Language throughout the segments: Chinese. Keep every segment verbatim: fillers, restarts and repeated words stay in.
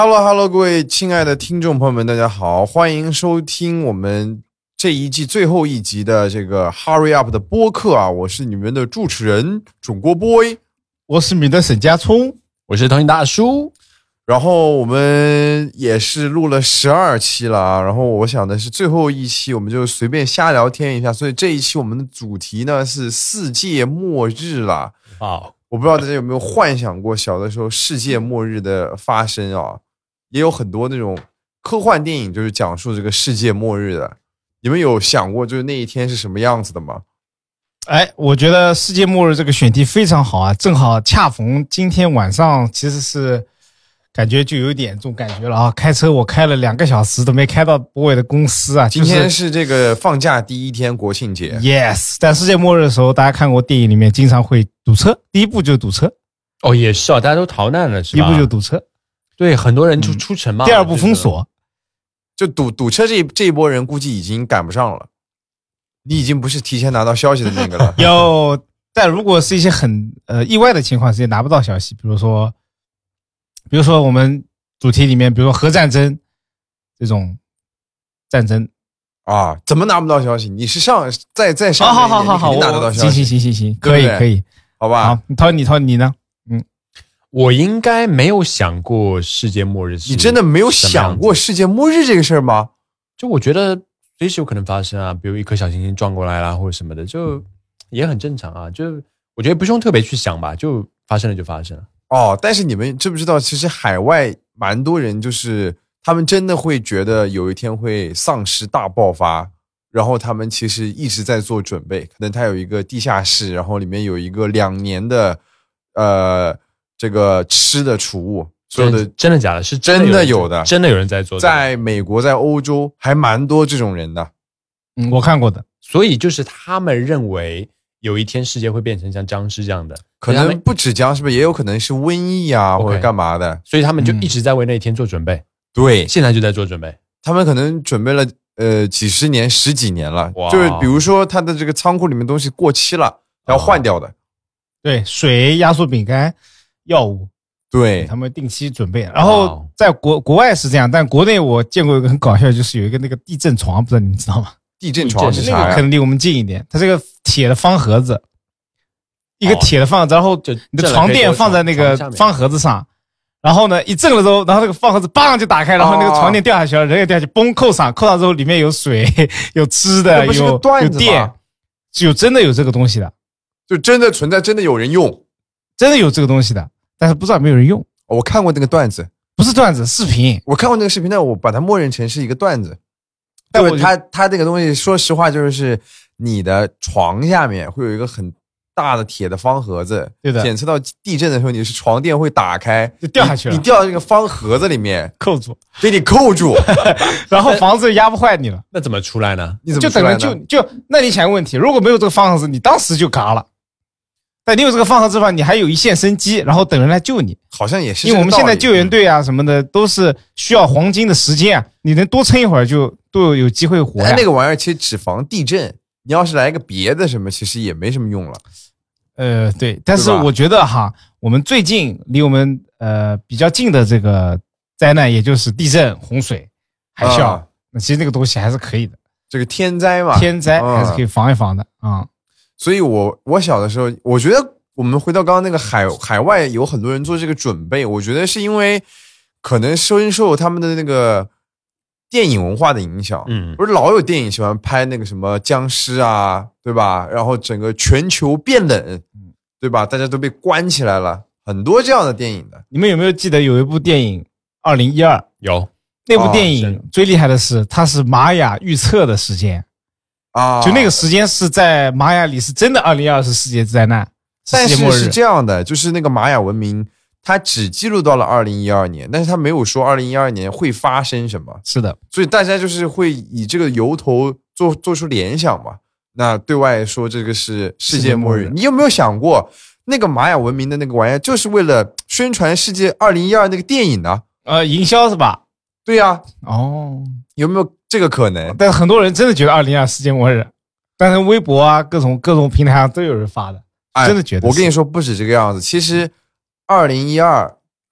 Hello Hello， 各位亲爱的听众朋友们，大家好，欢迎收听我们这一季最后一集的这个 Hurry Up 的播客啊！我是你们的主持人准国 boy， 我是你的沈家聪， 我是同音大叔。 然后我们也是录了十二期了啊，然后我想的是最后一期我们就随便瞎聊天一下，所以这一期我们的主题呢是世界末日啦。 好， 我不知道大家有没有幻想过小的时候世界末日的发生啊？也有很多那种科幻电影就是讲述这个世界末日的，你们有想过就是那一天是什么样子的吗？ 哎，我觉得世界末日这个选题非常好啊，正好恰逢今天晚上，其实是感觉就有点这种感觉了啊。开车我开了两个小时都没开到博伟的公司啊。 今天是这个放假第一天，国庆节。 Yes， 但世界末日的时候，大家看过电影里面经常会堵车，第一步就是堵车。 哦，也是啊，大家都逃难了是吧？ 第一步就堵车。 对，很多人出、嗯、出城嘛。 第二步封锁， 就堵堵车这一这一波人估计已经赶不上了，你已经不是提前拿到消息的那个了。 有，但如果是一些很呃意外的情况，直接拿不到消息，比如说，比如说我们主题里面，比如说核战争这种战争啊，怎么拿不到消息？你是上再再上面一点， 好好好好好， 你拿得到消息。 行行行行行，可以对对可以， 好吧。 好，你涛你涛你呢？嗯。 我应该没有想过世界末日。 你真的没有想过世界末日这个事儿吗？ 就我觉得随时有可能发生啊，比如一颗小行星撞过来啦，或者什么的，就也很正常啊。就我觉得不用特别去想吧，就发生了就发生了。 哦，但是你们知不知道，其实海外蛮多人就是他们真的会觉得有一天会丧尸大爆发，然后他们其实一直在做准备，可能他有一个地下室，然后里面有一个两年的呃。这个吃的储物，所有的真的假的？是真的有的， 真的有人在做。 在美国，在欧洲还蛮多这种人的。 嗯，我看过的。 所以就是他们认为有一天世界会变成像僵尸这样的， 可能不止僵尸吧，也有可能是瘟疫啊， okay, 或者干嘛的。 所以他们就一直在为那一天做准备。嗯、 对， 现在就在做准备。 他们可能准备了呃几十年、十几年了，就是比如说他的这个仓库里面东西过期了，要换掉的。 对，水、压缩饼干。药物， 对， 他们定期准备。然后在国国外是这样，但国内我见过一个很搞笑，就是有一个那个地震床，不知道你们知道吗？ 地震床是啥呀？ 那个可能离我们近一点，它是个铁的方盒子，一个铁的方盒子，然后你的床垫放在那个方盒子上，然后呢一震了之后，然后那个方盒子砰就打开，然后那个床垫掉下去了，人也掉下去，嘣扣上，扣上之后里面有水、有吃的、有有电，有真的有这个东西的， 就真的存在，真的有人用。 真的有这个东西的，但是不知道有没有人用。 我看过那个段子， 不是段子，视频。 我看过那个视频，但我把它默认成是一个段子。但我它它那个东西，说实话，就是你的床下面会有一个很大的铁的方盒子， 对的。 检测到地震的时候，你是床垫会打开， 就掉下去了。 你, 你掉到这个方盒子里面， 扣住， 给你扣住， 然后房子压不坏你了。 那怎么出来呢？ 你怎么出来呢？ 就等于就就那你想个问题，如果没有这个方盒子，你当时就嘎了。但你有这个方盒子的话，你还有一线生机，然后等人来救你。 好像也是， 因为我们现在救援队啊什么的都是需要黄金的时间啊，你能多撑一会儿就都有机会活呀。 那个玩意儿其实只防地震，你要是来个别的什么，其实也没什么用了。 呃，对，但是我觉得哈，我们最近离我们呃比较近的这个灾难，也就是地震、洪水、海啸， 啊、 那其实那个东西还是可以的。 这个天灾嘛， 天灾还是可以防一防的啊。嗯所以我我小的时候，我觉得我们回到刚刚那个海海外有很多人做这个准备，我觉得是因为可能深受他们的那个电影文化的影响， 嗯， 不是老有电影喜欢拍那个什么僵尸啊，对吧？然后整个全球变冷，对吧？大家都被关起来了，很多这样的电影的。 你们有没有记得有一部电影二零一二？ 有， 那部电影最厉害的是它是玛雅预测的时间。 啊， 就那个时间是在玛雅里是真的二零一二是世界灾难， 但是是这样的，就是那个玛雅文明，它只记录到了二零一二年，但是它没有说二零一二年会发生什么。 是的， 所以大家就是会以这个由头做做出联想嘛。那对外说这个是世界末日，你有没有想过，那个玛雅文明的那个玩意儿，就是为了宣传世界二零一二那个电影呢？ 呃，营销是吧？ 对呀、啊。 哦， 有没有这个可能？ 但是很多人真的觉得二零二世界末日，但是微博啊各种各种平台上都有人发的，真的觉得、 哎。我跟你说不止这个样子，其实二零一二这个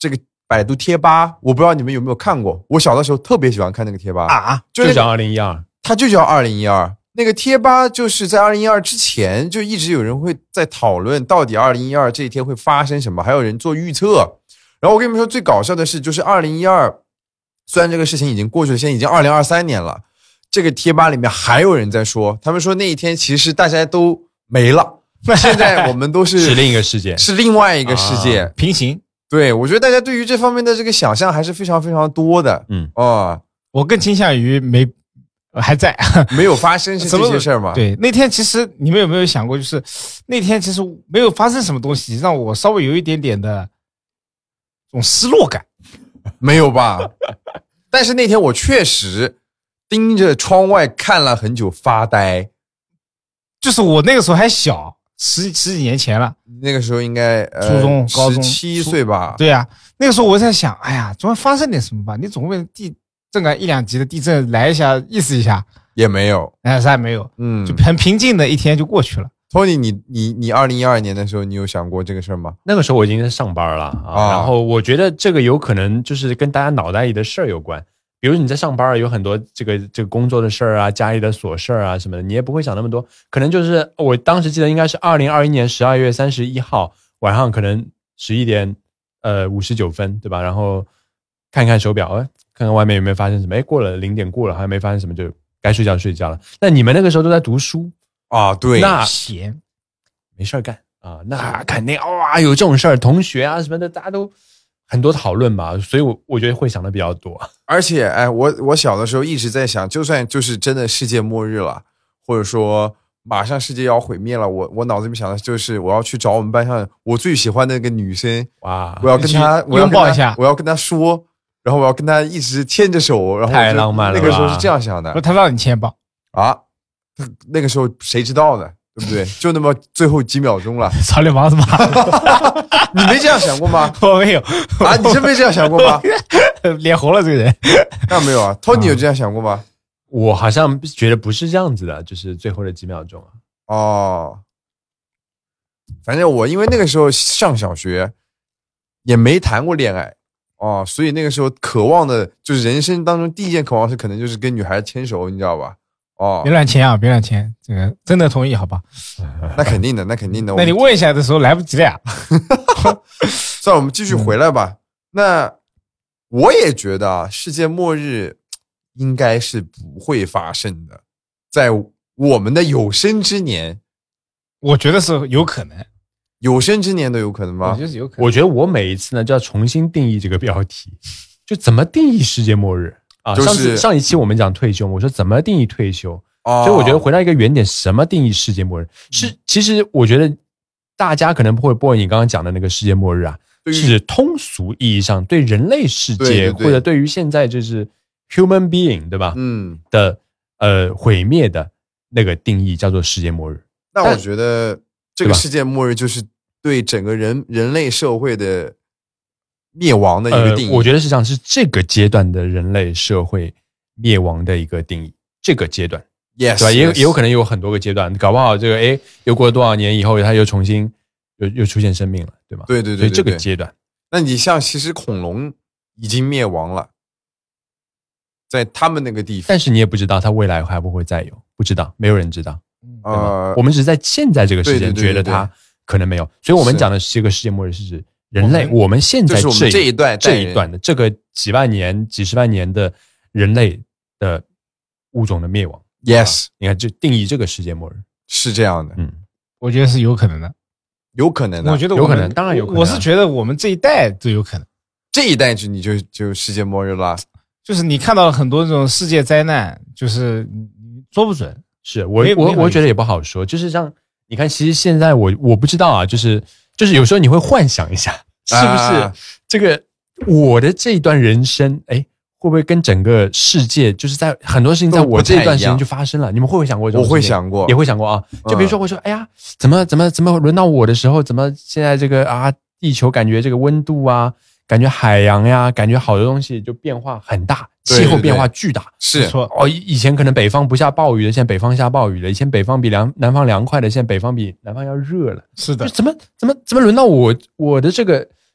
百度贴吧，我不知道你们有没有看过。我小的时候特别喜欢看那个贴吧啊， 就、那个、 就叫二零一二， 它就叫二零一二。那个贴吧就是在二零一二之前就一直有人会在讨论到底二零一二这一天会发生什么，还有人做预测。然后我跟你们说最搞笑的是，就是二零一二，虽然这个事情已经过去了，现在已经二零二三年了，这个贴吧里面还有人在说，他们说那一天其实大家都没了。现在我们都是是另一个世界， 是另外一个世界， 啊、平行。 对，我觉得大家对于这方面的这个想象还是非常非常多的。 嗯， 哦， 我更倾向于没还在没有发生是这些事儿吗？ 对，那天其实你们有没有想过，就是那天其实没有发生什么东西，让我稍微有一点点的这种失落感。 没有吧？但是那天我确实盯着窗外看了很久，发呆。 就是我那个时候还小，十十几年前了。 那个时候应该、呃、 初中、高中， 十七岁吧？ 对啊，那个时候我在想，哎呀，总会发生点什么吧？你总会地震感一两级的地震来一下，意思一下， 也没有， 哎，啥也没有， 嗯， 就很平静的一天就过去了。 Tony， 你你你二零一二年的时候，你有想过这个事儿吗？ 那个时候我已经在上班了啊， 啊然后我觉得这个有可能就是跟大家脑袋里的事儿有关。比如你在上班，有很多这个这个工作的事儿啊，家里的琐事儿啊什么的，你也不会想那么多。可能就是我当时记得应该是二零二一年十二月三十一号晚上，可能十一点呃五十九分，对吧？然后看看手表，哎，看看外面有没有发生什么。哎，过了零点过了，还没发生什么，就该睡觉睡觉了。那你们那个时候都在读书啊？对， 那闲没事儿干啊，那肯定哇、哦、有这种事儿，同学啊什么的，大家都很多讨论嘛，所以我我觉得会想的比较多。 而且哎，我我小的时候一直在想，就算就是真的世界末日了，或者说马上世界要毁灭了，我我脑子里面想的就是我要去找我们班上我最喜欢的那个女生， 哇， 我要跟她拥抱一下， 我要跟她说，然后我要跟她一直牵着手，然后太浪漫了。 那个时候是这样想的。 不，他让你牵吧？ 啊，那个时候谁知道呢？对不对？就那么最后几秒钟了， 草履王子吗？ 你没这样想过吗？ 我没有啊，你真没这样想过吗？ 脸红了，这个人。 那没有啊 ，Tony 有这样想过吗？ 我好像觉得不是这样子的，就是最后的几秒钟啊。 哦，反正我因为那个时候上小学，也没谈过恋爱哦，所以那个时候渴望的就是人生当中第一件渴望是可能就是跟女孩牵手，你知道吧？哦， 别乱牵啊，别乱牵，这个真的同意好吧？ 那肯定的，那肯定的。 那你问一下的时候来不及了呀。 算了，我们继续回来吧。嗯、那我也觉得啊，世界末日应该是不会发生的，在我们的有生之年， 我觉得是有可能。 有生之年都有可能吗？ 我觉得是有可能。 我觉得我每一次呢就要重新定义这个标题，就怎么定义世界末日。啊， 就是、 上次上一期我们讲退休，我说怎么定义退休， 哦、 所以我觉得回到一个原点，什么定义世界末日？是其实我觉得大家可能不会播你刚刚讲的那个世界末日啊，是通俗意义上对人类世界对对对或者对于现在就是 human being 对吧？ 嗯的呃毁灭的那个定义叫做世界末日。 那我觉得这个世界末日就是对整个人人类社会的灭亡的一个定义、 呃、我觉得实际上是这个阶段的人类社会灭亡的一个定义，这个阶段 yes, 对吧？也有 yes. 也有可能有很多个阶段，搞不好这个诶又过了多少年以后，它又重新又又出现生命了，对吗？ 对对对对对， 所以这个阶段， 那你像其实恐龙已经灭亡了，在他们那个地方， 但是你也不知道它未来还不会再有，不知道，没有人知道，对吧？ 呃， 我们只是在现在这个时间对对对对对觉得它可能没有，所以我们讲的这个世界末日是指人类，我们现在就是我们这一段这一段的这个几万年、几十万年的人类的物种的灭亡。 Yes，、 啊、你看，就定义这个世界末日是这样的。 嗯， 我觉得是有可能的， 有可能的。 我觉得有可能，当然有可能、啊。 我是觉得我们这一代都有可能， 这一代就你就就世界末日了。 就是你看到很多这种世界灾难，就是你说不准。 是我我我觉得也不好说，就是像你看，其实现在我我不知道啊，就是就是有时候你会幻想一下，是不是这个我的这一段人生，哎，会不会跟整个世界，就是在很多事情在我这一段时间就发生了？你们会不会想过这种事情？ 我会想过， 也会想过啊。就比如说，我说，哎呀，怎么怎么怎么轮到我的时候，怎么现在这个啊，地球感觉这个温度啊，感觉海洋呀，感觉好多东西就变化很大，气候变化巨大。 是哦，以前可能北方不下暴雨的，现在北方下暴雨了；以前北方比凉南方凉快的，现在北方比南方要热了。 是的， 怎么怎么怎么轮到我我的这个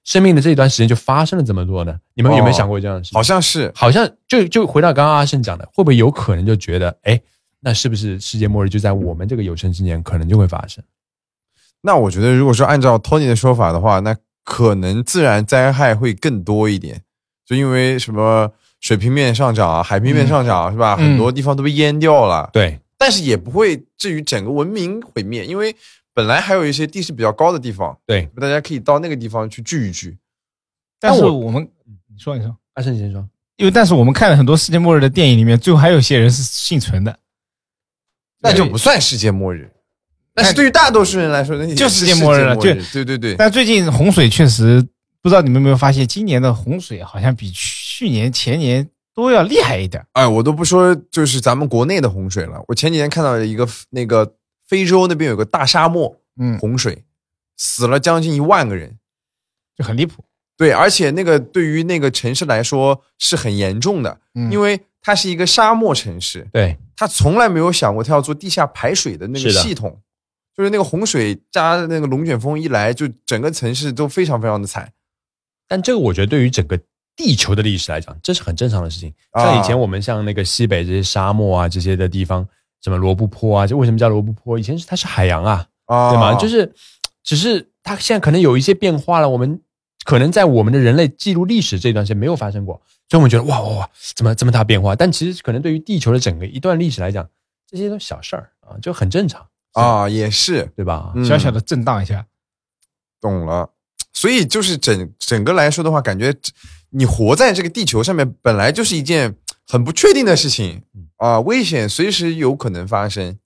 生命的这一段时间就发生了这么多呢？你们有没有想过这样的事情？ 好像是， 好像就就回到刚刚阿胜讲的，会不会有可能就觉得，哎，那是不是世界末日就在我们这个有生之年可能就会发生？ 那我觉得，如果说按照 Tony 的说法的话，那可能自然灾害会更多一点，就因为什么水平面上涨啊，海平面上涨、嗯、是吧？很多地方都被淹掉了。 对， 但是也不会至于整个文明毁灭，因为本来还有一些地势比较高的地方， 对， 大家可以到那个地方去聚一聚。 但是我们，你说你说， 阿胜先说， 因为但是我们看了很多世界末日的电影里面，最后还有些人是幸存的， 那就不算世界末日。但是对于大多数人来说，那就是世界末日了。 对对对对。 但最近洪水确实，不知道你们有没有发现，今年的洪水好像比去年、前年都要厉害一点。 哎，我都不说就是咱们国内的洪水了。我前几天看到一个那个非洲那边有个大沙漠，嗯，洪水死了将近一万个人， 就很离谱。 对，而且那个对于那个城市来说是很严重的，嗯、因为它是一个沙漠城市， 对， 它从来没有想过它要做地下排水的那个系统。就是那个洪水加那个龙卷风一来，就整个城市都非常非常的惨。 但这个我觉得对于整个地球的历史来讲，这是很正常的事情。像以前我们像那个西北这些沙漠啊这些的地方，什么罗布泊啊，这为什么叫罗布泊？以前是它是海洋啊，啊对吗？就是只是它现在可能有一些变化了，我们可能在我们的人类记录历史这段时间没有发生过，所以我们觉得哇哇哇，怎么这么大变化？但其实可能对于地球的整个一段历史来讲，这些都小事儿啊，就很正常。 啊，也是对吧、 嗯？小小的震荡一下， 懂了。所以就是整整个来说的话，感觉你活在这个地球上面，本来就是一件很不确定的事情啊，危险随时有可能发生。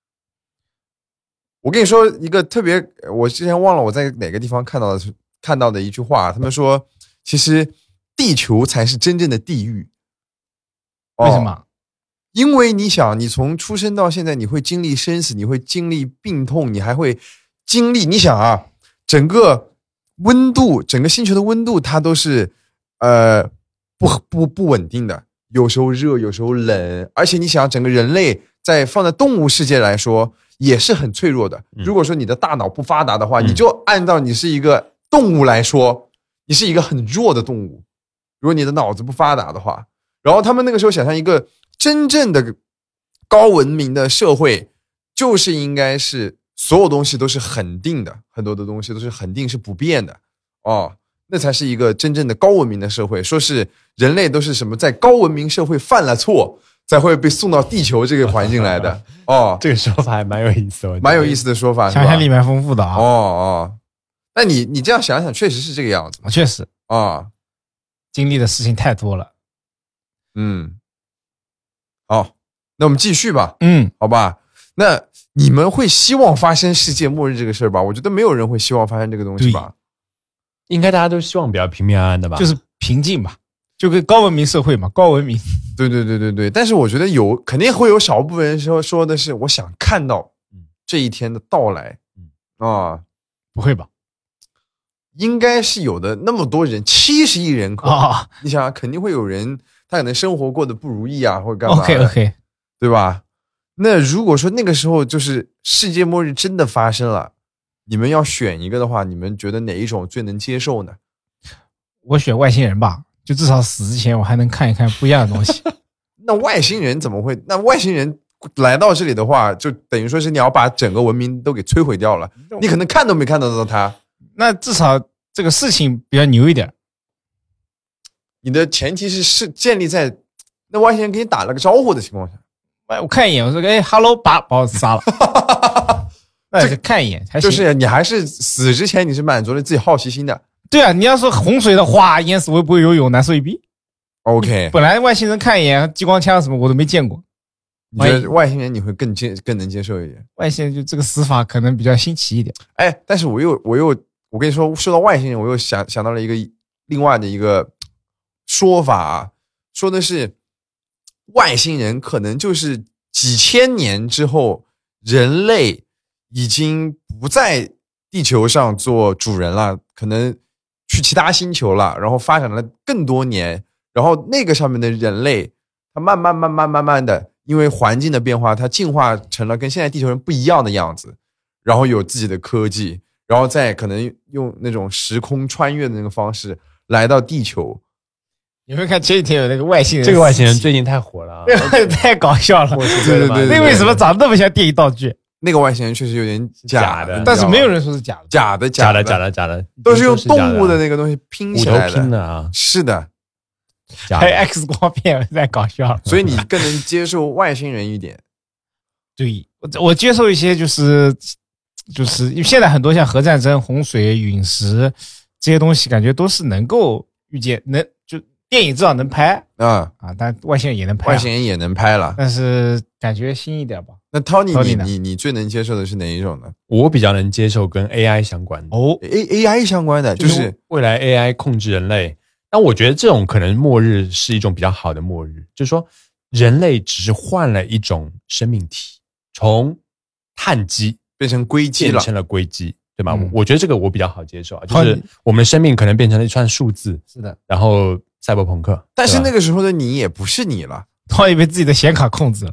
我跟你说一个特别，我之前忘了我在哪个地方看到的看到的一句话，他们说，其实地球才是真正的地狱。 为什么？ 哦，因为你想，你从出生到现在，你会经历生死，你会经历病痛，你还会经历，你想啊，整个温度，整个星球的温度，它都是呃不不不稳定的，有时候热，有时候冷，而且你想，整个人类在放在动物世界来说，也是很脆弱的。如果说你的大脑不发达的话，嗯、你就按照你是一个动物来说，你是一个很弱的动物。如果你的脑子不发达的话，然后他们那个时候想象一个真正的高文明的社会，就是应该是所有东西都是恒定的，很多的东西都是恒定是不变的哦，那才是一个真正的高文明的社会。说是人类都是什么在高文明社会犯了错，才会被送到地球这个环境来的哦。 这个说法还蛮有意思的， 蛮有意思的说法， 想象力蛮丰富的啊。 哦哦，那你你这样想想，确实是这个样子， 确实啊、哦， 经历的事情太多了。 嗯，好，那我们继续吧。 嗯， 好吧。那你们会希望发生世界末日这个事儿吧？我觉得没有人会希望发生这个东西吧。 应该大家都希望比较平平安安的吧？ 就是平静吧，就跟高文明社会嘛，高文明。 对对对对对。但是我觉得有肯定会有少部分人说说的是，我想看到这一天的到来。嗯啊， 不会吧？ 应该是有的，那么多人，七十亿人口， 哦、 你想想，肯定会有人他可能生活过得不如意啊，或者干嘛 ？OK OK， 对吧？那如果说那个时候就是世界末日真的发生了，你们要选一个的话，你们觉得哪一种最能接受呢？ 我选外星人吧，就至少死之前我还能看一看不一样的东西。 那外星人怎么会？那外星人来到这里的话，就等于说是你要把整个文明都给摧毁掉了，你可能看都没看得到他。 那至少这个事情比较牛一点。 你的前提是是建立在那外星人给你打了个招呼的情况下。 我看一眼，我说哎 ，hello， 把把我杀了。那就看一眼才行。 就是你还是死之前你是满足了自己好奇心的。 对啊，你要说洪水的话，淹死我也不会游泳，难受一逼。 OK， 本来外星人看一眼激光枪什么我都没见过。 你觉得外星人你会更接更能接受一点？ 外星人就这个死法可能比较新奇一点。 哎，但是我又我又我跟你说，说到外星人，我又想想到了一个另外的一个说法啊，说的是外星人可能就是几千年之后，人类已经不在地球上做主人了，可能去其他星球了，然后发展了更多年，然后那个上面的人类，他慢慢慢慢慢慢的。因为环境的变化，它进化成了跟现在地球人不一样的样子，然后有自己的科技， 然后再可能用那种时空穿越的那个方式来到地球。 有没有看前几天有那个外星人？ 这个外星人最近太火了、啊， 太搞笑了。 对对对， 那为什么长得那么像电影道具？ 那个外星人确实有点假的， 但是没有人说是假的， 假的假的假的假的， 都是用动物的那个东西拼起来的， 骨头拼的啊， 是的。 还有 X 光片，太搞笑了。 所以你更能接受外星人一点。 对，我我接受一些就是就是因为现在很多像核战争、洪水、陨石这些东西，感觉都是能够预见，能就电影至少能拍啊、 嗯、啊，但外星人也能拍、啊， 外星人也能拍了， 但是感觉新一点吧。 那 Tony， 你 Tony 你你最能接受的是哪一种呢？ 我比较能接受跟 A I 相关的哦 ，A A I 相关的，就是未来 A I 控制人类。但我觉得这种可能末日是一种比较好的末日，就是说人类只是换了一种生命体，从碳基变成硅基了， 变成了硅基，对吧？ 嗯、 我觉得这个我比较好接受啊，就是我们的生命可能变成了一串数字， 是的。 然后赛博朋克， 但是那个时候的你也不是你了， 他也被自己的显卡控制了。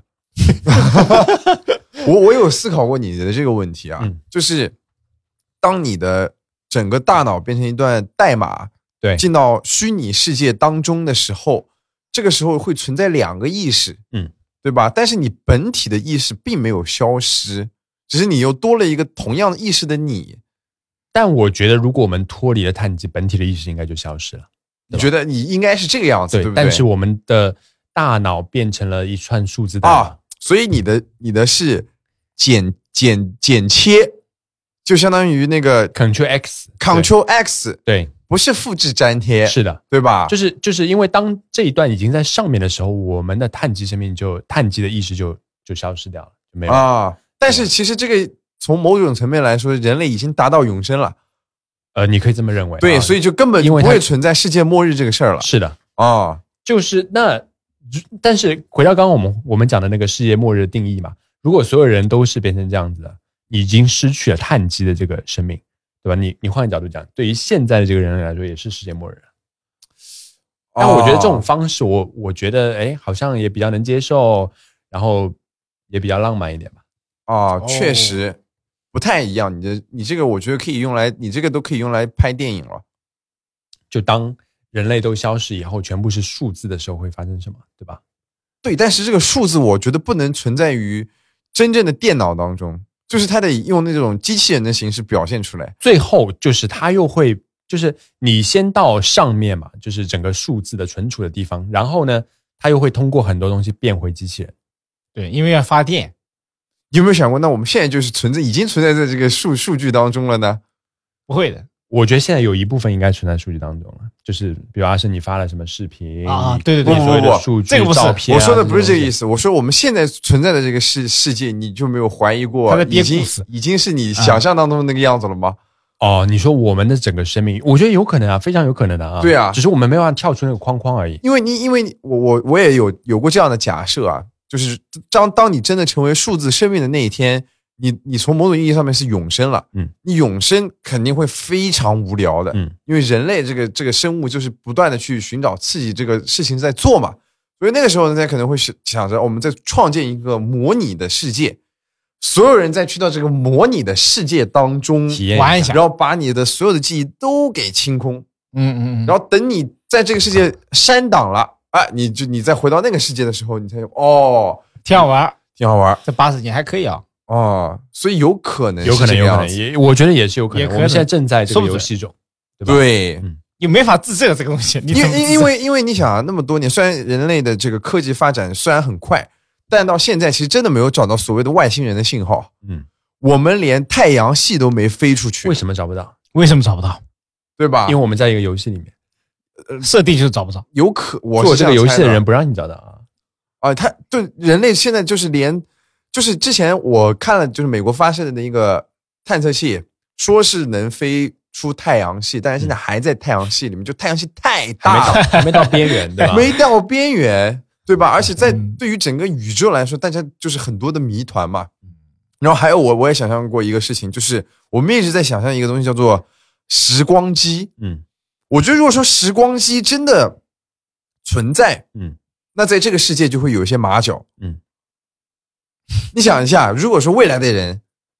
我我有思考过你的这个问题啊， 嗯、 就是当你的整个大脑变成一段代码。 对， 进到虚拟世界当中的时候，这个时候会存在两个意识， 嗯， 对吧？但是你本体的意识并没有消失，只是你又多了一个同样的意识的你。 但我觉得，如果我们脱离了碳基，本体的意识应该就消失了。 你觉得你应该是这个样子， 对, 对不对？ 但是我们的大脑变成了一串数字代码， 啊，所以你的你的是剪剪剪切，就相当于那个 Ctrl X，Ctrl X， 对。 不是复制粘贴， 是的， 对吧？ 就是就是因为当这一段已经在上面的时候，我们的碳基生命就碳基的意识就就消失掉了，就没有啊。但是其实这个从某种层面来说，人类已经达到永生了。 呃，你可以这么认为。 对， 啊、 所以就根本不会存在世界末日这个事儿了。 是的， 啊， 就是那，但是回到刚刚我们我们讲的那个世界末日的定义嘛，如果所有人都是变成这样子的，已经失去了碳基的这个生命。对吧？你你换个角度讲，对于现在的这个人类来说，也是世界末日。但我觉得这种方式我，我我觉得，哎，好像也比较能接受，然后也比较浪漫一点吧。 啊，确实不太一样。你的你这个，我觉得可以用来，你这个都可以用来拍电影了。 就当人类都消失以后，全部是数字的时候，会发生什么？对吧？ 对，但是这个数字，我觉得不能存在于真正的电脑当中。就是它得用那种机器人的形式表现出来， 最后就是它又会，就是你先到上面嘛，就是整个数字的存储的地方，然后呢，它又会通过很多东西变回机器人。 对，因为要发电。 有没有想过，那我们现在就是存在，已经存在在这个数数据当中了呢？ 不会的， 我觉得现在有一部分应该存在数据当中了，就是比如阿生你发了什么视频啊，对对对， 所谓的数据、 这个不是照片、 啊，我说的不是这个意思。我说我们现在存在的这个世世界，你就没有怀疑过，已经已经是你想象当中的那个样子了吗？ 哦，你说我们的整个生命，我觉得有可能啊，非常有可能的啊。 对啊， 只是我们没办法跳出那个框框而已。 因为你，因为你我我我也有有过这样的假设啊，就是当当你真的成为数字生命的那一天。你你从某种意义上面是永生了， 嗯， 你永生肯定会非常无聊的， 嗯， 因为人类这个这个生物就是不断的去寻找刺激，这个事情在做嘛，所以那个时候大家可能会想着我们在创建一个模拟的世界，所有人再去到这个模拟的世界当中体验玩一下， 然后把你的所有的记忆都给清空， 嗯嗯嗯， 然后等你在这个世界删档了，啊，你就你再回到那个世界的时候，你才哦， 挺好玩， 挺好玩， 这八十年还可以啊。 哦，所以有可能， 有可能，有可能，也我觉得也是有可能。 可能我们现在正在这个游戏中，对吧？ 对， 嗯， 你没法自证这个东西， 因为因为因为你想啊，那么多年，虽然人类的这个科技发展虽然很快，但到现在其实真的没有找到所谓的外星人的信号。 嗯， 我们连太阳系都没飞出去， 为什么找不到？ 为什么找不到？ 对吧？ 因为我们在一个游戏里面， 呃，设定就是找不着。 有可我做这个游戏的人不让你找到啊。 啊，他对人类现在就是连。就是之前我看了，就是美国发射的一个探测器，说是能飞出太阳系，但是现在还在太阳系里面，就太阳系太大了， 还没到边缘，对吧？ 没到边缘，对吧？而且在对于整个宇宙来说，大家就是很多的谜团嘛。然后还有我，我也想象过一个事情，就是我们一直在想象一个东西叫做时光机。 嗯， 我觉得如果说时光机真的存在， 嗯， 那在这个世界就会有一些马脚。 嗯。 你想一下，如果说未来的人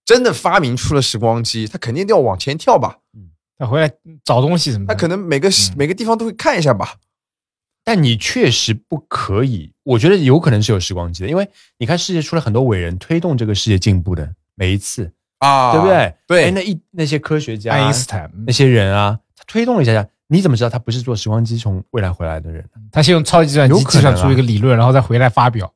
真的发明出了时光机，他肯定都要往前跳吧？ 嗯，他回来找东西什么的， 他可能每个、嗯、每个地方都会看一下吧。 但你确实不可以，我觉得有可能是有时光机的，因为你看世界出了很多伟人推动这个世界进步的每一次啊， 对不对？ 对， 哎，那一那些科学家、 爱因斯坦那些人啊，他推动了一下下，你怎么知道他不是坐时光机从未来回来的人呢？ 他先用超级计算机计算出一个理论，然后再回来发表。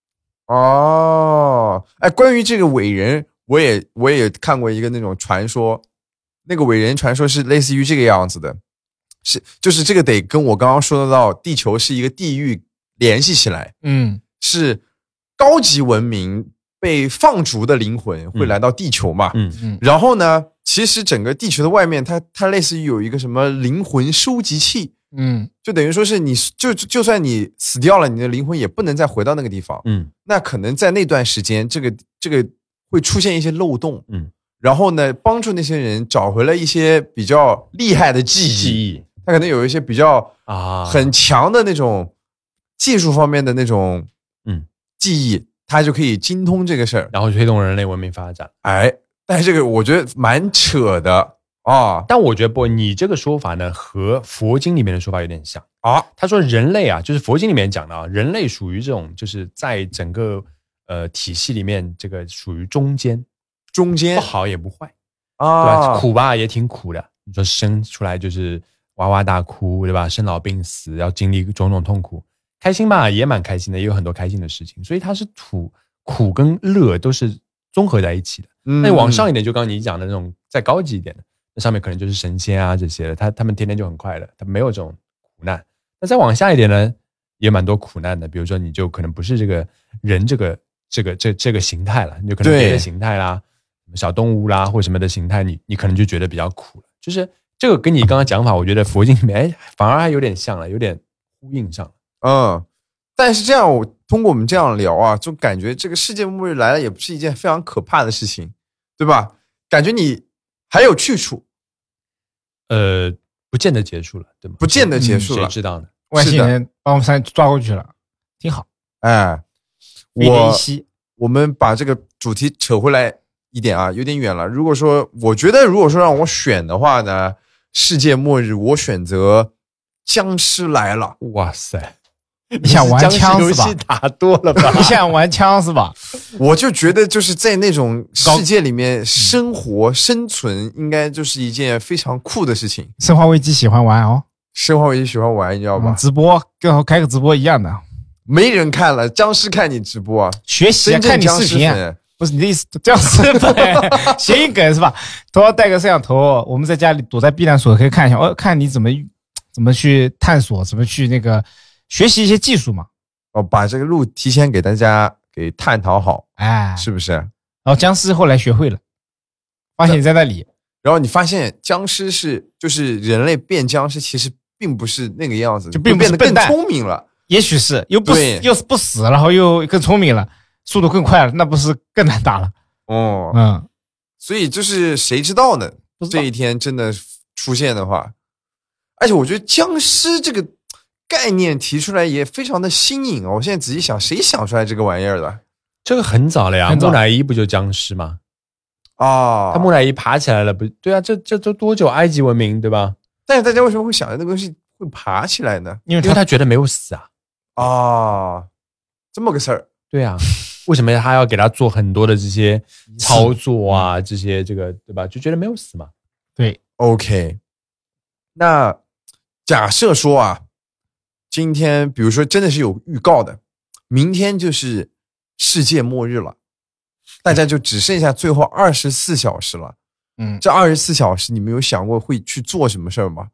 哦，哎，关于这个伟人，我也我也看过一个那种传说，那个伟人传说是类似于这个样子的。是，就是这个得跟我刚刚说到地球是一个地狱联系起来。 嗯， 是高级文明被放逐的灵魂会来到地球嘛？ 嗯嗯， 然后呢，其实整个地球的外面，它它类似于有一个什么灵魂收集器。 嗯， 就等于说是你就就算你死掉了，你的灵魂也不能再回到那个地方。 嗯， 那可能在那段时间，这个这个会出现一些漏洞。 嗯， 然后呢，帮助那些人找回了一些比较厉害的记忆。 记忆。 他可能有一些比较啊很强的那种技术方面的那种嗯记忆，他就可以精通这个事儿， 然后推动人类文明发展。 哎，但是这个我觉得蛮扯的啊。 但我觉得不，你这个说法呢和佛经里面的说法有点像啊。 他说人类啊，就是佛经里面讲的啊，人类属于这种就是在整个呃体系里面这个属于中间， 中间不好也不坏啊， 对吧？苦吧也挺苦的，你说生出来就是哇哇大哭，对吧？生老病死，要经历种种痛苦。开心吧，也蛮开心的，也有很多开心的事情。所以它是苦苦跟乐都是综合在一起的。 嗯、 那往上一点，就刚刚你讲的那种再高级一点的，那上面可能就是神仙啊这些的，他他们天天就很快乐，他没有这种苦难。那再往下一点呢，也蛮多苦难的。比如说，你就可能不是这个人这个这个这这个形态了，你就可能别的形态啦，小动物啦或什么的形态，你你可能就觉得比较苦了，就是。这个跟你刚刚讲法，我觉得佛经里面哎，反而还有点像了，有点呼应上了。 嗯，但是这样，我通过我们这样聊啊，就感觉这个世界末日来了，也不是一件非常可怕的事情，对吧？感觉你还有去处。 呃，不见得结束了，对吗？ 不见得结束了， 谁知道呢？ 外星人把我们三抓过去了，挺好。 哎， 我我们把这个主题扯回来一点啊，有点远了。如果说，我觉得如果说让我选的话呢，世界末日我选择僵尸来了。 哇塞， 你想玩枪是吧？ 游戏打多了吧？ 你想玩枪是吧？ 我就觉得就是在那种世界里面生活生存，应该就是一件非常酷的事情。 生化危机喜欢玩哦， 生化危机喜欢玩，你知道吧？ 嗯、直播跟开个直播一样的， 没人看了，僵尸看你直播， 学习、啊、看你视频、啊。不是你的意思，僵尸粉谐音梗是吧？头上带个摄像头，我们在家里躲在避难所可以看一下，哦，看你怎么怎么去探索，怎么去那个学习一些技术嘛。 哦，把这个路提前给大家给探讨好， 哎， 是不是？ 然后僵尸后来学会了，发现你在那里， 然后你发现僵尸是就是人类变僵尸，其实并不是那个样子， 就并不是变得更聪明了。 也许是又不死，又不死，然后又更聪明了。速度更快了，那不是更难打了？ 哦， 嗯， 所以就是谁知道呢？这一天真的出现的话，而且我觉得僵尸这个概念提出来也非常的新颖哦。我现在仔细想，谁想出来这个玩意儿的？ 这个很早了呀，木乃伊不就僵尸吗？ 啊， 他木乃伊爬起来了，不对啊？这这都多久？埃及文明对吧？ 但是大家为什么会想着那个东西会爬起来呢？ 因为他因为他觉得没有死啊。 啊，这么个事儿。 对啊。为什么他要给他做很多的这些操作啊？这些这个对吧？就觉得没有死嘛。 对 ，OK。那假设说啊，今天比如说真的是有预告的，明天就是世界末日了，大家就只剩下最后二十四小时了。 嗯， 这二十四小时你们有想过会去做什么事儿吗？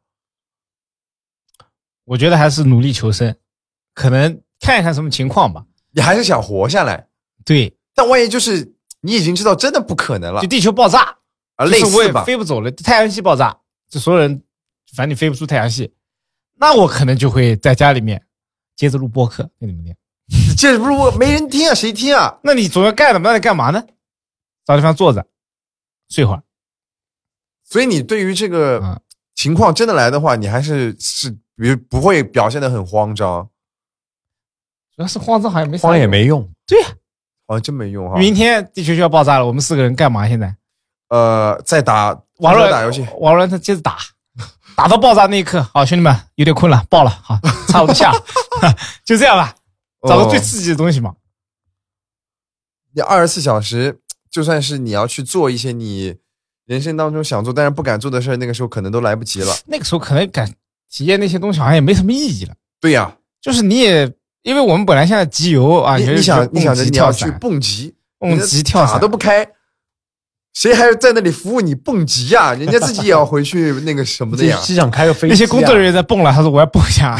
我觉得还是努力求生，可能看一看什么情况吧。 你还是想活下来。 对， 但万一就是你已经知道真的不可能了， 就地球爆炸啊，类似吧， 就是我也飞不走了，太阳系爆炸，就所有人反正你飞不出太阳系，那我可能就会在家里面接着录播客给你们听。 接着录没人听啊，谁听啊？ 那你总要干的，那你干嘛呢？找地方坐着睡会儿。 所以你对于这个情况真的来的话，你还是是比如不会表现得很慌张。 主要是慌张好像没啥慌也没用。 对呀、啊。 好像真没用哈。 明天地球就要爆炸了，我们四个人干嘛？现在？ 呃，在打网络打游戏， 网络他接着打，打到爆炸那一刻，好，兄弟们有点困了，爆了，好，差不多下，就这样吧，找个最刺激的东西嘛。 你二十四小时，就算是你要去做一些你人生当中想做但是不敢做的事，那个时候可能都来不及了。 那个时候可能敢体验那些东西，好像也没什么意义了。 对呀、啊， 就是你也，因为我们本来现在集邮啊， 你你想你想着你要去蹦极， 蹦极跳伞都不开。谁还在那里服务你蹦极呀、啊？人家自己也要回去那个什么的呀。 机场开个飞机、啊， 那些工作人员在蹦了，他说我要蹦一下，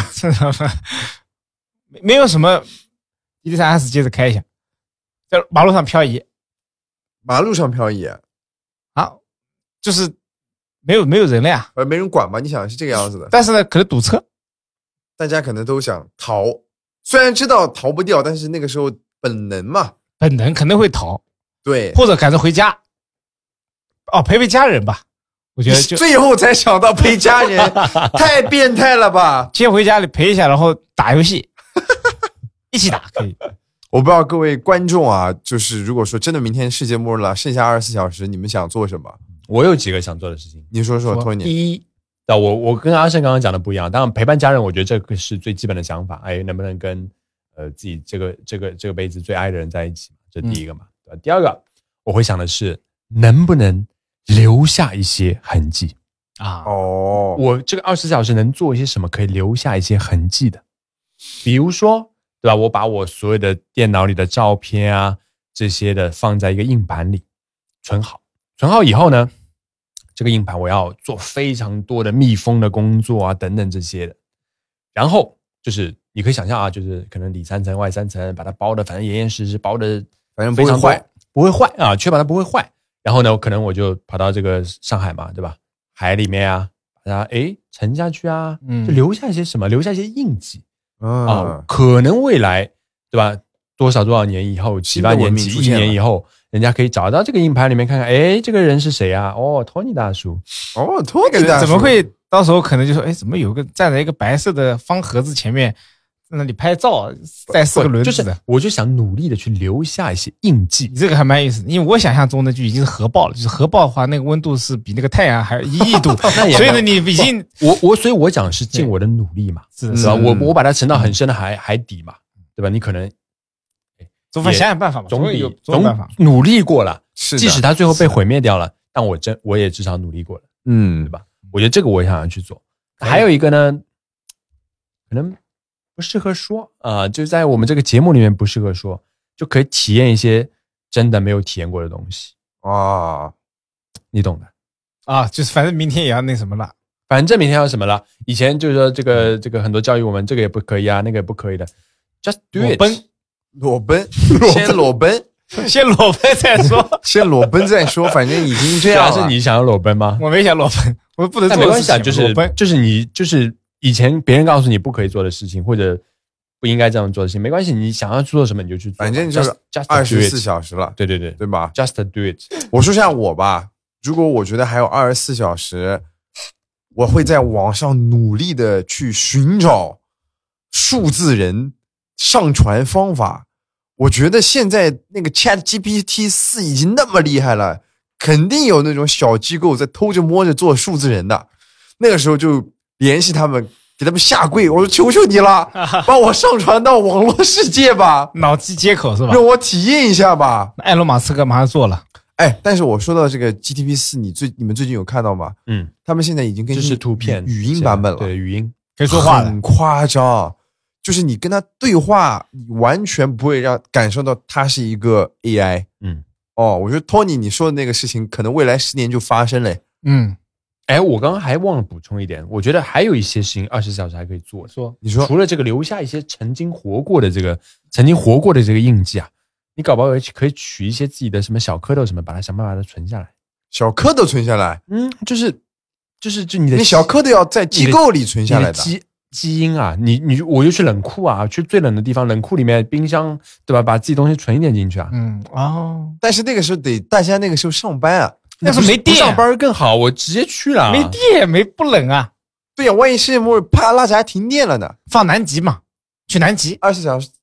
没有什么。一 D 三 S 接着开一下，在马路上漂移， 马路上漂移啊，就是没有没有人了呀， 呃，没人管嘛。你想是这个样子的， 但是呢，可能堵车， 大家可能都想逃，虽然知道逃不掉，但是那个时候本能嘛， 本能肯定会逃， 对， 或者赶着回家。哦，陪陪家人吧，我觉得就最后才想到陪家人，太变态了吧！ 先回家里陪一下，然后打游戏，一起打可以。 我不知道各位观众啊，就是如果说真的明天世界末日了，剩下二十四小时，你们想做什么？ 我有几个想做的事情， 你说说，托尼。 第一，我我跟阿胜刚刚讲的不一样，当然陪伴家人，我觉得这个是最基本的想法。哎，能不能跟呃自己这个这个这个辈子最爱的人在一起？这第一个嘛。嗯、第二个，我会想的是能不能留下一些痕迹啊？ 哦， 我这个二十四小时能做一些什么可以留下一些痕迹的？比如说，对吧？我把我所有的电脑里的照片啊这些的放在一个硬盘里存好，存好以后呢，这个硬盘我要做非常多的密封的工作啊等等这些的。然后就是你可以想象啊，就是可能里三层外三层，把它包的反正严严实实，包的反正不会坏， 不会坏啊，确保它不会坏。然后呢，可能我就跑到这个上海嘛，对吧？海里面啊，把它诶沉下去啊， 嗯， 就留下一些什么，留下一些印记、 嗯、 啊。可能未来对吧？多少多少年以后，几万年、几亿年以后，人家可以找到这个硬盘里面看看，诶，这个人是谁啊？哦，托尼大叔。 哦，托尼大叔怎么会到时候可能就说，诶，怎么有个站在一个白色的方盒子前面？在那里拍照，带四个轮子的， 就是我就想努力的去留下一些印记。 你这个还蛮有意思，因为我想象中的就已经是核爆了，就是核爆的话，那个温度是比那个太阳还一亿度，所以呢，你已经我我所以我讲是尽我的努力嘛， 是是吧？我我把它沉到很深的海海底嘛，对吧？你可能总想想办法嘛， 总比总办法努力过了， 是即使它最后被毁灭掉了，但我真我也至少努力过了， 嗯， 对吧？我觉得这个我也想要去做。还有一个呢，可能。不适合说啊、呃，就在我们这个节目里面不适合说，就可以体验一些真的没有体验过的东西啊， 你懂的啊，就是反正明天也要那什么了， 反正明天要什么了。以前就是说这个这个很多教育我们这个也不可以啊，那个也不可以的 ，just do it， 裸奔， 裸奔，先裸奔， 先裸奔再说， 先裸奔再说，反正已经这样了。 是你想要裸奔吗？ 我没想裸奔，我不能做的事情。没关系啊，就是裸奔就是你就是。以前别人告诉你不可以做的事情，或者不应该这样做的事情，没关系，你想要做什么你就去做， 反正就是二十四小时了。 对对对， 对吧 ？Just do it。 我说像我吧，如果我觉得还有二十四小时，我会在网上努力的去寻找数字人上传方法。我觉得现在那个 Chat G P T 四已经那么厉害了，肯定有那种小机构在偷着摸着做数字人的，那个时候就。联系他们，给他们下跪，我说求求你了，把我上传到网络世界吧， 脑机接口是吧？ 让我体验一下吧。 埃隆马斯克马上做了， 哎，但是我说到这个 G T P 四，你最你们最近有看到吗？ 嗯， 他们现在已经跟这是图片语音版本了， 对，语音可以说话了， 很夸张，就是你跟他对话，你完全不会让感受到他是一个 A I。 嗯， 哦，我觉得 Tony 你说的那个事情，可能未来十年就发生了。 嗯。 哎，我刚刚还忘了补充一点，我觉得还有一些事情二十四小时还可以做。 说， 你说， 除了这个留下一些曾经活过的这个曾经活过的这个印记啊，你搞不好可以取一些自己的什么小蝌蚪什么，把它想办法把它存下来。 小蝌蚪存下来， 嗯，就是就是就你的你小蝌蚪要在机构里存下来的基基因啊，你你我就去冷库啊，去最冷的地方，冷库里面冰箱对吧，把自己东西存一点进去啊。 嗯哦， 但是那个时候得大家那个时候上班啊。 那时候没电， 上班更好，我直接去了。 没电，没不冷啊。 对呀、啊，万一世界末日啪拉闸停电了呢？ 放南极嘛，去南极， 二十四小时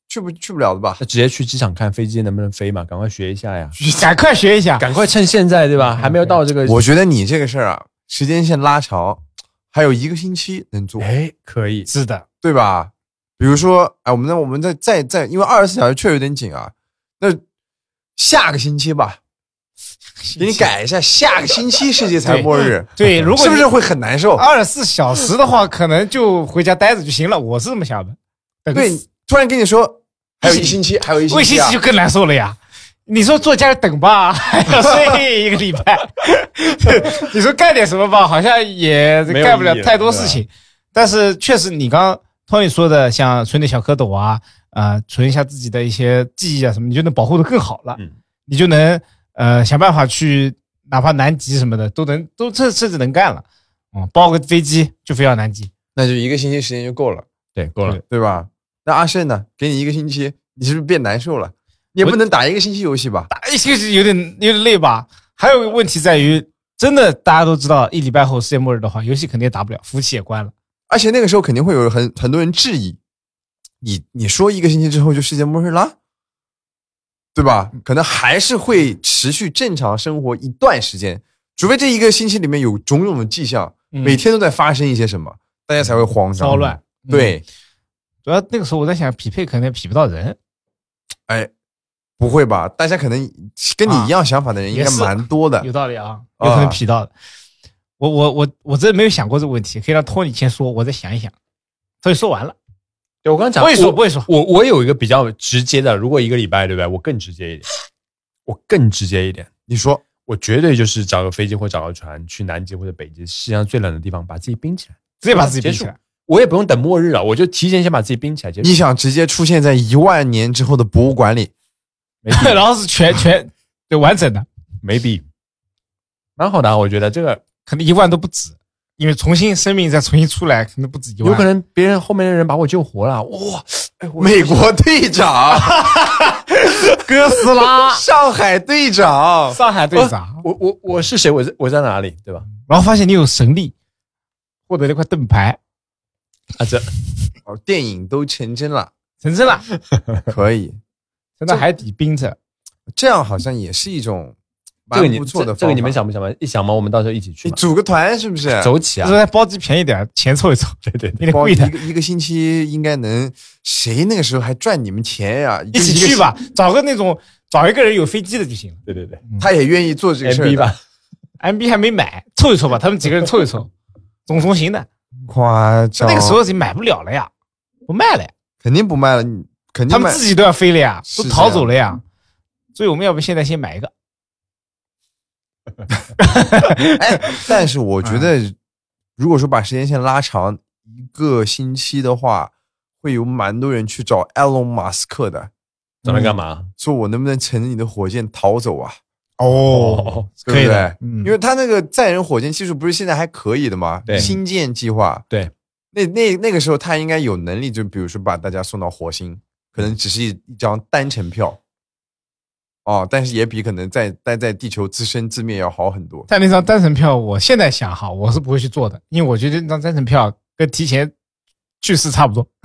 去不去不了的吧？ 那直接去机场看飞机能不能飞嘛，赶快学一下呀！ 赶快学一下， 赶快趁现在对吧？还没有到这个， 我觉得你这个事儿啊，时间线拉长，还有一个星期能做， 哎，可以， 是的， 对吧？比如说，哎，我们呢，我们再再再，因为二十四小时确实有点紧啊，那下个星期吧。给你改一下，下个星期世界才末日， 对，如果是不是会很难受？ 二十四小时的话，可能就回家待着就行了，我是这么想的。 对，突然跟你说还有一星期，还有一星期、啊， 一星期就更难受了呀。你说坐家里等吧，还要睡一个礼拜。你说干点什么吧，好像也干不了太多事情。但是确实，你刚刚 Tony 说的，像存点小蝌蚪啊，呃，存一下自己的一些记忆啊什么，你就能保护得更好了。嗯，你就能。呃，想办法去，哪怕南极什么的都能，都甚甚至能干了，嗯，包个飞机就飞到南极， 那就一个星期时间就够了， 对，够了， 对，对吧？那阿胜呢？给你一个星期，你是不是变难受了？你也不能打一个星期游戏吧？ 打一个星期有点有点累吧？还有一个问题在于，真的大家都知道，一礼拜后世界末日的话，游戏肯定也打不了，服务器也关了， 而且那个时候肯定会有很很多人质疑，你你说一个星期之后就世界末日了？对吧？可能还是会持续正常生活一段时间，除非这一个星期里面有种种的迹象，嗯、每天都在发生一些什么，大家才会慌张、 骚乱。 对、嗯， 主要那个时候我在想，匹配可能匹不到人。 哎，不会吧？大家可能跟你一样想法的人应该蛮多的， 啊、有道理啊，有可能匹到的。啊、我我我我真没有想过这个问题，可以让托尼先说，我再想一想。所以说完了。 对，我刚刚讲， 不会说，不会说。 我我有一个比较直接的，如果一个礼拜，对不对？我更直接一点，我更直接一点。 你说， 我绝对就是找个飞机或找个船去南极或者北极，世界上最冷的地方，把自己冰起来， 直接把自己冰起来。 我也不用等末日了，我就提前先把自己冰起来。 你想直接出现在一万年之后的博物馆里， 然后是全全对完整的， 没必，蛮好的。我觉得这个可能一万都不止。因为重新生命再重新出来，可能不止一万。 有可能别人后面的人把我救活了，哇！ 哎、美国队长， 哥斯拉， 上海队长， 上海队长， 我我我是谁？我在我在哪里？对吧？ 然后发现你有神力，获得了一块盾牌啊！这哦，电影都成真了， 成真了， 可以， 在海底冰着， 这样好像也是一种。 这个你不错的， 这个你们想不想吗？一想吗？我们到时候一起去。 你组个团是不是？ 走起啊！ 就是包机便宜点，钱凑一凑。 对对对， 有点贵的。 一个一个星期应该能，谁那个时候还赚你们钱呀？ 一起去吧，找个那种找一个人有飞机的就行了。 对对对， 他也愿意做这个事儿 M B 吧 ，M B 还没买，凑一凑吧，他们几个人凑一凑，总总行的。 夸张， 那个时候已经买不了了呀，不卖了呀， 肯定不卖了，你肯定他们自己都要飞了呀，都逃走了呀。所以我们要不现在先买一个。 哎，但是我觉得，如果说把时间线拉长一个星期的话，会有蛮多人去找埃隆·马斯克的， 找他干嘛？ 说我能不能乘着你的火箭逃走啊？ 哦， 对不对？ 嗯、 因为他那个载人火箭技术不是现在还可以的吗？ 对， 星舰计划， 对， 那那那个时候他应该有能力，就比如说把大家送到火星，可能只是一一张单程票。哦，但是也比可能在待在地球自生自灭要好很多。 但那张单程票，我现在想哈，我是不会去做的，因为我觉得那张单程票跟提前去世差不多，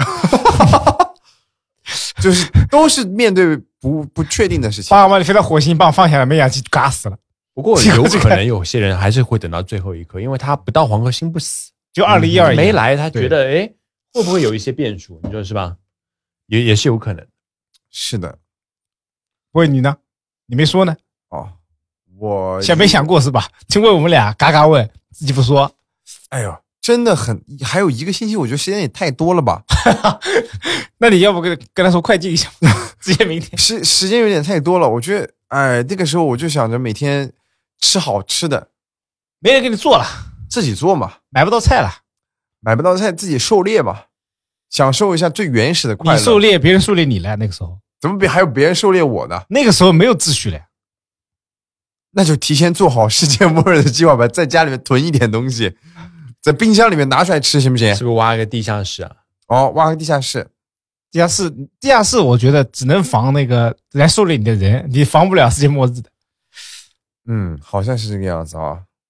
就是都是面对不不确定的事情。 爸妈你飞到火星，把我放下来，没氧气嘎死了。 不过有可能有些人还是会等到最后一刻，因为他不到黄河心不死。 就二零一二没来，他觉得哎，会不会有一些变数？你说是吧？也也是有可能。 是的。 问你呢？你没说呢？ 哦，我想没想过是吧？就问我们俩，嘎嘎问，自己不说。 哎呦，真的很，还有一个星期，我觉得时间也太多了吧？ 那你要不跟跟他说快进一下，直接明天。 时时间有点太多了，我觉得，哎，那个时候我就想着每天吃好吃的， 没人给你做了， 自己做嘛， 买不到菜了， 买不到菜自己狩猎嘛，享受一下最原始的快乐。 你狩猎，别人狩猎你了，那个时候。 怎么别还有别人狩猎我呢？ 那个时候没有秩序了， 那就提前做好世界末日的计划吧，在家里面囤一点东西，在冰箱里面拿出来吃，行不行？ 是不是挖个地下室啊？ 哦，挖个地下室， 地下室，地下室，我觉得只能防那个来狩猎你的人，你防不了世界末日的。 嗯，好像是这个样子啊。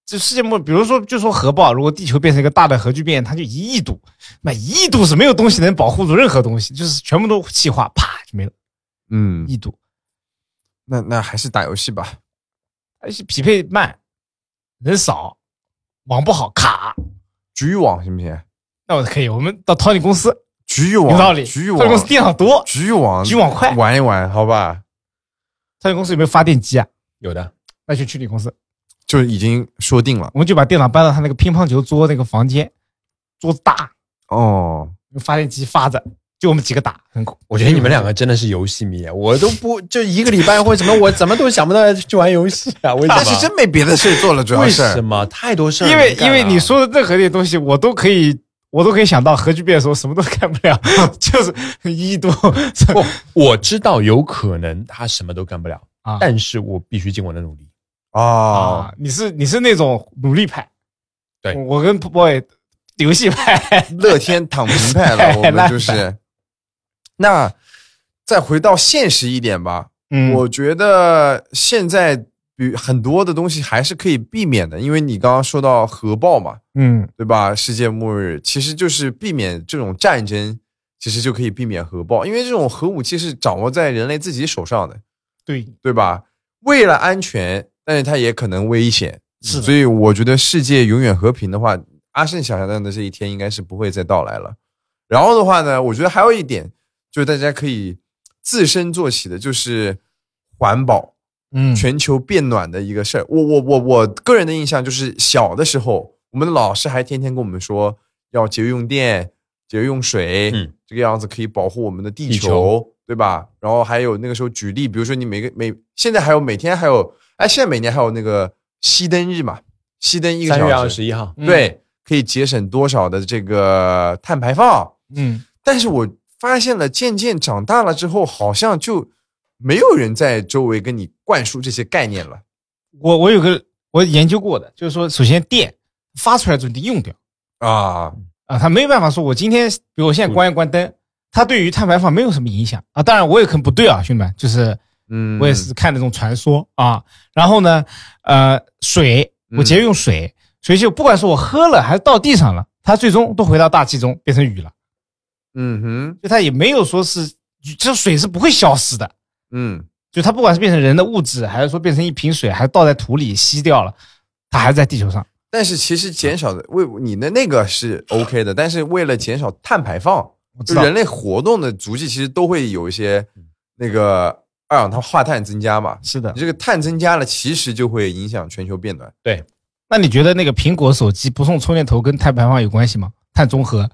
这世界末日，比如说就说核爆，如果地球变成一个大的核聚变，它就一亿度，那一亿度是没有东西能保护住任何东西，就是全部都气化，啪就没了。 嗯， 一度， 那那还是打游戏吧， 而且匹配慢，人少，网不好卡。 局域网行不行？ 那我可以，我们到 Tony 公司。 局域网有道理， 局域网 Tony 公司电脑多， 局域网局域网快， 玩一玩，好吧 ？Tony 公司有没有发电机啊？ 有的， 那就去你公司， 就已经说定了。 我们就把电脑搬到他那个乒乓球桌那个房间，桌子大哦， 用发电机发着，就我们几个打，很酷。 我觉得你们两个真的是游戏迷，我都不就一个礼拜或者什么，我怎么都想不到去玩游戏啊？为什么？ 但是真没别的事做了，主要是为什么太多事儿？ 因为因为你说的任何一点东西，我都可以。我都可以想到核聚变的时候什么都干不了，就是一度。 不，我知道有可能他什么都干不了， 啊、 但是我必须尽我的努力。 哦， 啊、你是你是那种努力派， 对， 我跟 boy 游戏派， 乐天躺平派了，我们就是。那再回到现实一点吧， 嗯， 我觉得现在比很多的东西还是可以避免的，因为你刚刚说到核爆嘛， 嗯， 对吧？世界末日其实就是避免这种战争，其实就可以避免核爆，因为这种核武器是掌握在人类自己手上的， 对对吧？为了安全，但是它也可能危险， 是的。 所以我觉得世界永远和平的话，阿胜想象的这一天应该是不会再到来了。然后的话呢，我觉得还有一点，就是大家可以自身做起的，就是环保。 嗯， 全球变暖的一个事儿，我我我我个人的印象就是小的时候，我们的老师还天天跟我们说要节约用电、节约用水， 嗯， 这个样子可以保护我们的地球， 地球对吧？然后还有那个时候举例，比如说你每个每现在还有每天还有，哎，现在每年还有那个熄灯日嘛，熄灯一个小时， 三月二十一号， 对，嗯、可以节省多少的这个碳排放？ 嗯， 但是我发现了，渐渐长大了之后，好像就。没有人在周围跟你灌输这些概念了。 我我有个我研究过的，就是说，首先电发出来之后你用掉啊啊，他没有办法说，我今天比如我现在关一关灯，它对于碳排放没有什么影响啊。当然我也可能不对啊，兄弟们，就是嗯，我也是看那种传说啊。然后呢，呃，水我节约用水，所以就不管说我喝了还是到地上了，它最终都回到大气中变成雨了。 嗯哼， 就它也没有说是这水是不会消失的。 嗯， 就它不管是变成人的物质，还是说变成一瓶水，还是倒在土里吸掉了，它还是在地球上。 但是其实减少的为你的那个是 OK 的，但是为了减少碳排放，就人类活动的足迹其实都会有一些那个二氧化碳增加嘛。 是的， 你这个碳增加了，其实就会影响全球变暖。 对， 那你觉得那个苹果手机不送充电头跟碳排放有关系吗？碳中和？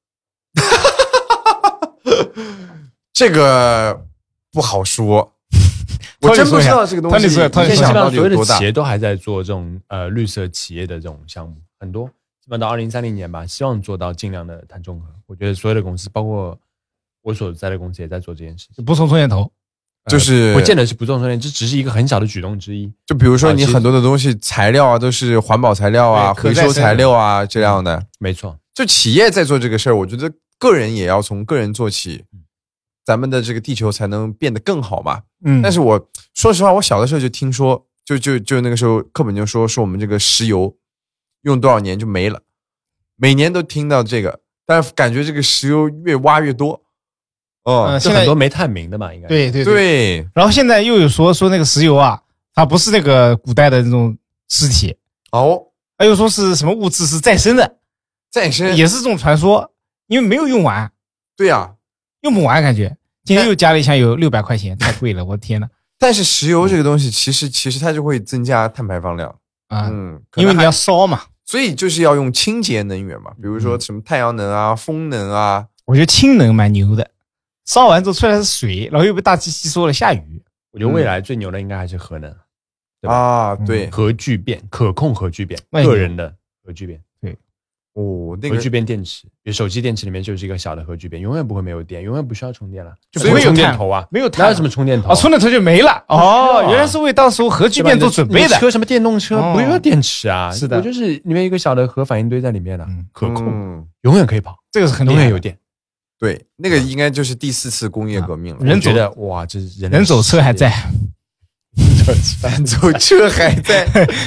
这个。不好说，我真不知道这个东西。 现在基本上所有的企业都还在做这种呃绿色企业的这种项目，很多基本到二零三零年吧，希望做到尽量的碳中和。我觉得所有的公司，包括我所在的公司，也在做这件事情。 不送充电头， 就是呃、不见得是不送充电，这只是一个很小的举动之一。 就比如说你很多的东西材料啊，都是环保材料啊、回收材料啊这样的。 没错， 就企业在做这个事儿，我觉得个人也要从个人做起。咱们的这个地球才能变得更好嘛。 嗯， 但是我说实话，我小的时候就听说，就就就那个时候课本就说说我们这个石油用多少年就没了，每年都听到这个，但是感觉这个石油越挖越多。哦， 嗯， 现在很多没探明的嘛，应该对对对, 对。 然后现在又有说说那个石油啊，它不是那个古代的那种尸体哦， 还有说是什么物质是再生的， 再生也是这种传说，因为没有用完。 对呀、啊。 用不完，感觉今天又加了一箱油，六百块钱，太贵了，我的天呐！ 但是石油这个东西，其实其实它就会增加碳排放量啊， 嗯， 因为你要烧嘛， 所以就是要用清洁能源嘛，比如说什么太阳能啊、风能啊。 我觉得氢能蛮牛的，烧完之后出来是水，然后又被大气吸收了，下雨。 我觉得未来最牛的应该还是核能，对吧？ 啊，对， 核聚变，可控核聚变，个人的核聚变。 哦，那个核聚变电池，比如手机电池里面就是一个小的核聚变，永远不会没有电，永远不需要充电了， 就不会有充电头啊， 没有哪有什么充电头？ 哦，充电头就没了。哦，原来是为到时候核聚变做准备的。 车什么电动车不用电池啊？ 是的， 我就是里面一个小的核反应堆在里面的，可控，永远可以跑， 这个是很永远有电。 对，那个应该就是第四次工业革命了。 人觉得哇，这是人走车还在， 人走车还在。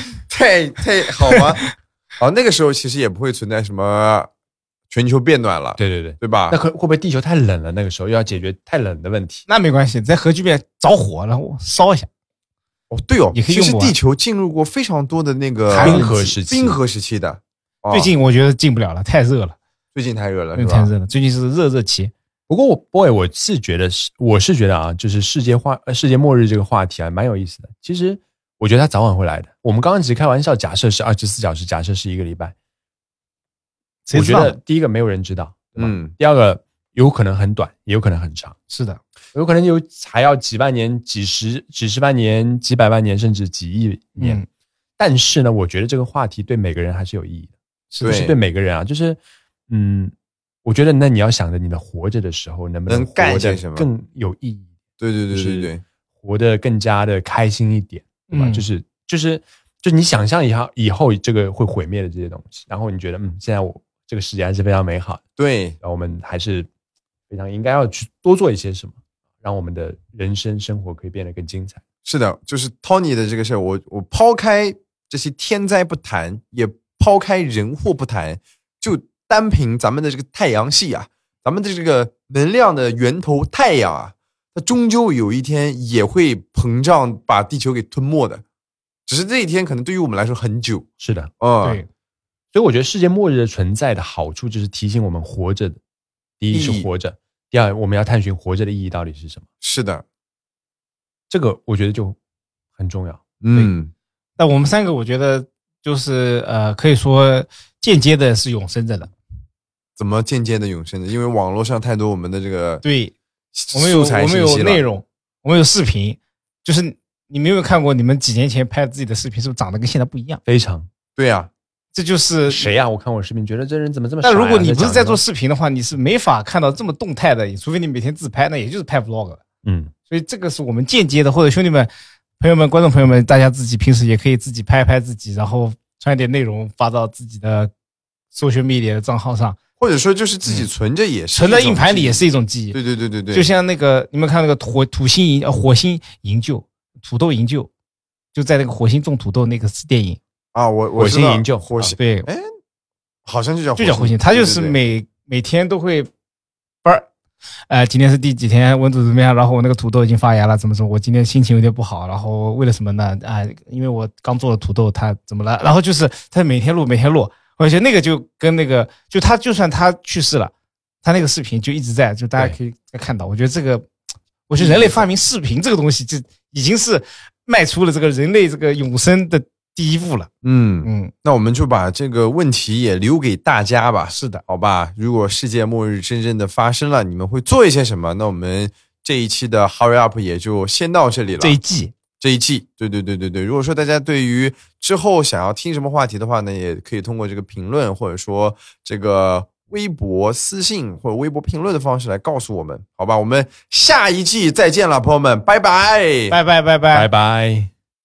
太太好吗？好，那个时候其实也不会存在什么全球变暖了， 对对对， 对吧？ 那会会不会地球太冷了？那个时候又要解决太冷的问题？ 那没关系，在核聚变着火，然后烧一下。 哦，对哦， 也可以用不完。 其实地球进入过非常多的那个冰河时期， 冰河时期的。哦、 最近我觉得进不了了，太热了。 最近太热了， 是吧？太热了，最近是热热期。 不过我 boy 我是觉得是，我是觉得啊，就是世界话世界末日这个话题啊，蛮有意思的。其实我觉得它早晚会来的。我们刚刚只是开玩笑，假设是二十四小时，假设是一个礼拜。我觉得第一个没有人知道，嗯，第二个有可能很短，也有可能很长， 是的， 有可能有还要几万年、几十、几十万年、几百万年，甚至几亿年。嗯、但是呢，我觉得这个话题对每个人还是有意义的，是不是对每个人啊？就是嗯，我觉得那你要想着你的活着的时候能不能活得更有意义？ 对对对对对， 活得更加的开心一点，对吧？嗯、就是就是就是你想象一下以后这个会毁灭的这些东西，然后你觉得嗯，现在我。这个世界还是非常美好的， 对， 然后我们还是非常应该要去多做一些什么，让我们的人生生活可以变得更精彩。 是的，就是 Tony 的这个事儿，我我抛开这些天灾不谈，也抛开人祸不谈，就单凭咱们的这个太阳系啊，咱们的这个能量的源头太阳啊，它终究有一天也会膨胀，把地球给吞没的。只是这一天可能对于我们来说很久。 是的， 嗯， 对。 所以我觉得世界末日的存在的好处就是提醒我们活着的，第一是活着，第二我们要探寻活着的意义到底是什么。 是的， 这个我觉得就很重要。 嗯，那我们三个我觉得就是呃，可以说间接的是永生着的。 怎么间接的永生的？因为网络上太多我们的这个对，我们有我们有内容，我们有视频，就是你们有没有看过你们几年前拍自己的视频，是不是长得跟现在不一样？ 非常对呀、啊。 这就是谁呀、啊？我看我视频，觉得这人怎么这么傻、啊？ 但如果你不是在做视频的话，你是没法看到这么动态的，除非你每天自拍，那也就是拍 vlog 了。 嗯， 所以这个是我们间接的，或者兄弟们、朋友们、观众朋友们，大家自己平时也可以自己拍拍自己，然后传一点内容发到自己的 social media 的账号上， 或者说就是自己存着也是、嗯、 存在硬盘里也是一种记忆。 对对对对对， 就像那个你们看那个火土星营呃火星营救、土豆营救，就在那个火星种土豆那个电影啊，我我火星营救火星、 啊、对， 哎。好像就叫就叫火星，他就是每对对对每天都会，不是，呃，今天是第几天，温度怎么样？然后我那个土豆已经发芽了，怎么说？我今天心情有点不好，然后为了什么呢？啊、呃，因为我刚做了土豆，它怎么了？然后就是他每天录，每天录，我觉得那个就跟那个，就他就算他去世了，他那个视频就一直在，就大家可以看到。我觉得这个，我觉得人类发明视频这个东西，就已经是迈出了这个人类这个永生的第一步了。 嗯嗯，那我们就把这个问题也留给大家吧。 是的， 好吧。如果世界末日真正的发生了，你们会做一些什么？那我们这一期的 Hurry Up 也就先到这里了。 这一季， 这一季，对对对对对。如果说大家对于之后想要听什么话题的话呢，也可以通过这个评论，或者说这个微博私信或者微博评论的方式来告诉我们，好吧？我们下一季再见了，朋友们，拜拜， 拜拜拜拜拜拜。